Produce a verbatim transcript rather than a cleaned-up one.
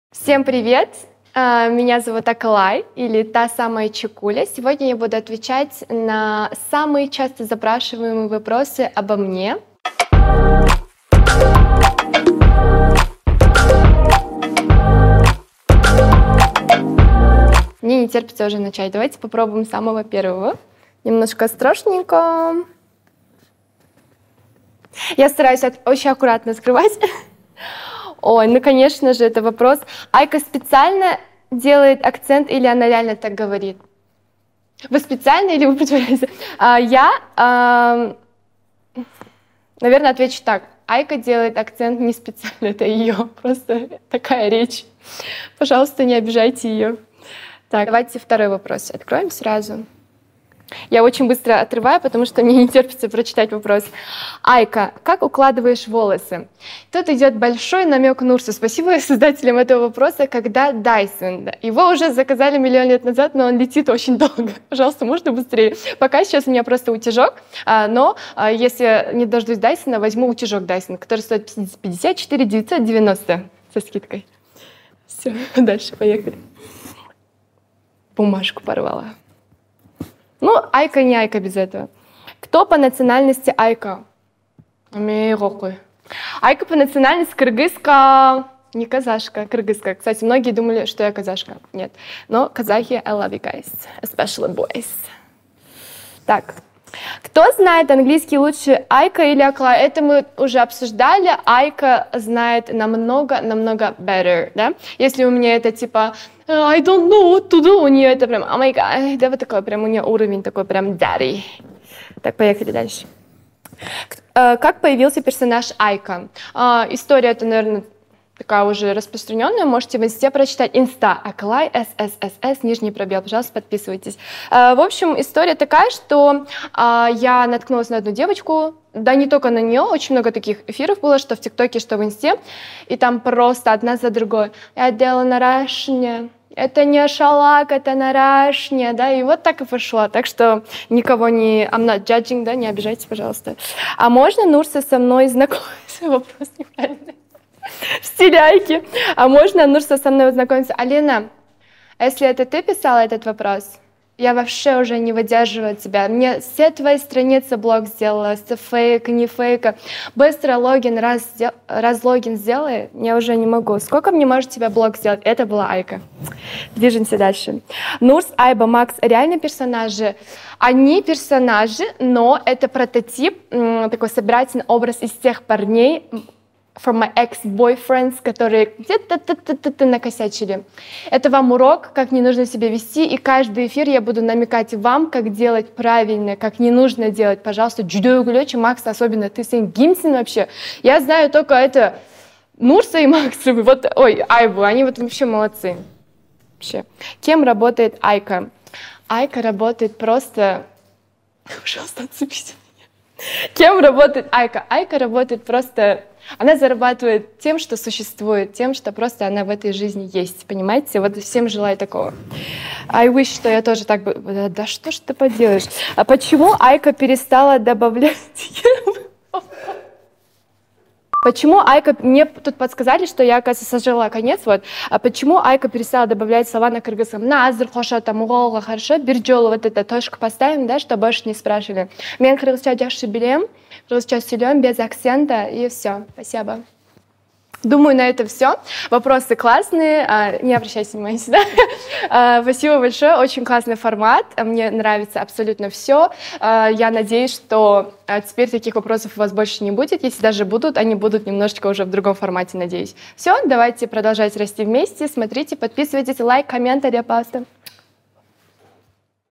Всем привет! А, Меня зовут Акалай, или та самая Чекуля. Сегодня я буду отвечать на самые часто запрашиваемые вопросы обо мне. Мне не терпится уже начать. Давайте попробуем с самого первого. Немножко страшненько. Я стараюсь от- очень аккуратно скрывать. Ой, ну, конечно же, это вопрос. Айка специально делает акцент или она реально так говорит? Вы специально или вы притворяетесь? А, я, ам, наверное, отвечу так. Айка делает акцент не специально, это ее, просто такая речь. Пожалуйста, не обижайте ее. Так, давайте второй вопрос откроем сразу. Я очень быстро отрываю, потому что мне не терпится прочитать вопрос. Айка, как укладываешь волосы? Тут идет большой намек Нурсу. Спасибо создателям этого вопроса, когда Dyson. Его уже заказали миллион лет назад, но он летит очень долго. Пожалуйста, можно быстрее. Пока сейчас у меня просто утюжок, но если не дождусь Дайсона, возьму утюжок Dyson, который стоит пятьдесят четыре тысячи девятьсот девяносто со скидкой. Все, дальше поехали. Бумажку порвала. Ну, Айка не Айка без этого. Кто по национальности Айка? Айка по национальности кыргызка. Не казашка, кыргызка. Кстати, многие думали, что я казашка. Нет. Но казахи, I love you guys. Especially boys. Так. Кто знает английский лучше, Айка или Акалай? Это мы уже обсуждали. Айка знает намного-намного better, да? Если у меня это типа I don't know what to do, у нее это прям, oh my god, да, вот такой прям у нее уровень такой прям daddy. Так, поехали дальше. Как появился персонаж Айка? История это, наверное, такая уже распространенная, можете в инсте прочитать. Инста, Акалай, СССС, нижний пробел, пожалуйста, подписывайтесь. В общем, история такая, что я наткнулась на одну девочку, да не только на нее, очень много таких эфиров было, что в ТикТоке, что в инсте, и там просто одна за другой. Я делала нарашня, это не шалак, это нарашня, да, и вот так и пошло. Так что никого не, I'm not judging, да, не обижайтесь, пожалуйста. А можно Нурса со мной знакомиться? Вопрос неправильный. В стиле Айки. А можно Нурса со мной познакомиться? Алина, если это ты писала этот вопрос, я вообще уже не выдерживаю тебя. Мне все твои страницы блог сделала, с фейк, не фейка. Быстро логин, раз, раз логин сделай, я уже не могу. Сколько мне может тебя блог сделать? Это была Айка. Движемся дальше. Нурс, Айба, Макс, реальные персонажи. Они персонажи, но это прототип, такой собирательный образ из тех парней, from my ex-boyfriends, которые где-то накосячили. Это вам урок, как не нужно себя вести, и каждый эфир я буду намекать вам, как делать правильно, как не нужно делать. Пожалуйста, Джудо Гулёчи, Макс, особенно ты сын Гимсин вообще. Я знаю только это Нурса и Макса, вот, ой, Айбу, они вот вообще молодцы. Вообще. Кем работает Айка? Айка работает просто... Пожалуйста, отцепите меня. Кем работает Айка? Айка работает просто... Она зарабатывает тем, что существует, тем, что просто она в этой жизни есть, понимаете? Вот всем желаю такого. I wish, что я тоже так бы... Да что ж ты поделаешь? А почему Айка перестала добавлять... Почему Айка... Мне тут подсказали, что я, оказывается, сожрала конец, вот. А почему Айка перестала добавлять слова на кыргызском? Назр, хоша, там, уголга, хорошо, бирджол, вот это точку поставим, да, что больше не спрашивали. Мен кыргызча жакшы билем, кыргызча сөйлем, без акцента, и все. Спасибо. Думаю, на это все. Вопросы классные, а, не обращайте внимания сюда. А, спасибо большое, очень классный формат, мне нравится абсолютно все. А, я надеюсь, что а, теперь таких вопросов у вас больше не будет. Если даже будут, они будут немножечко уже в другом формате, надеюсь. Все, давайте продолжать расти вместе. Смотрите, подписывайтесь, лайк, комментарий, пожалуйста.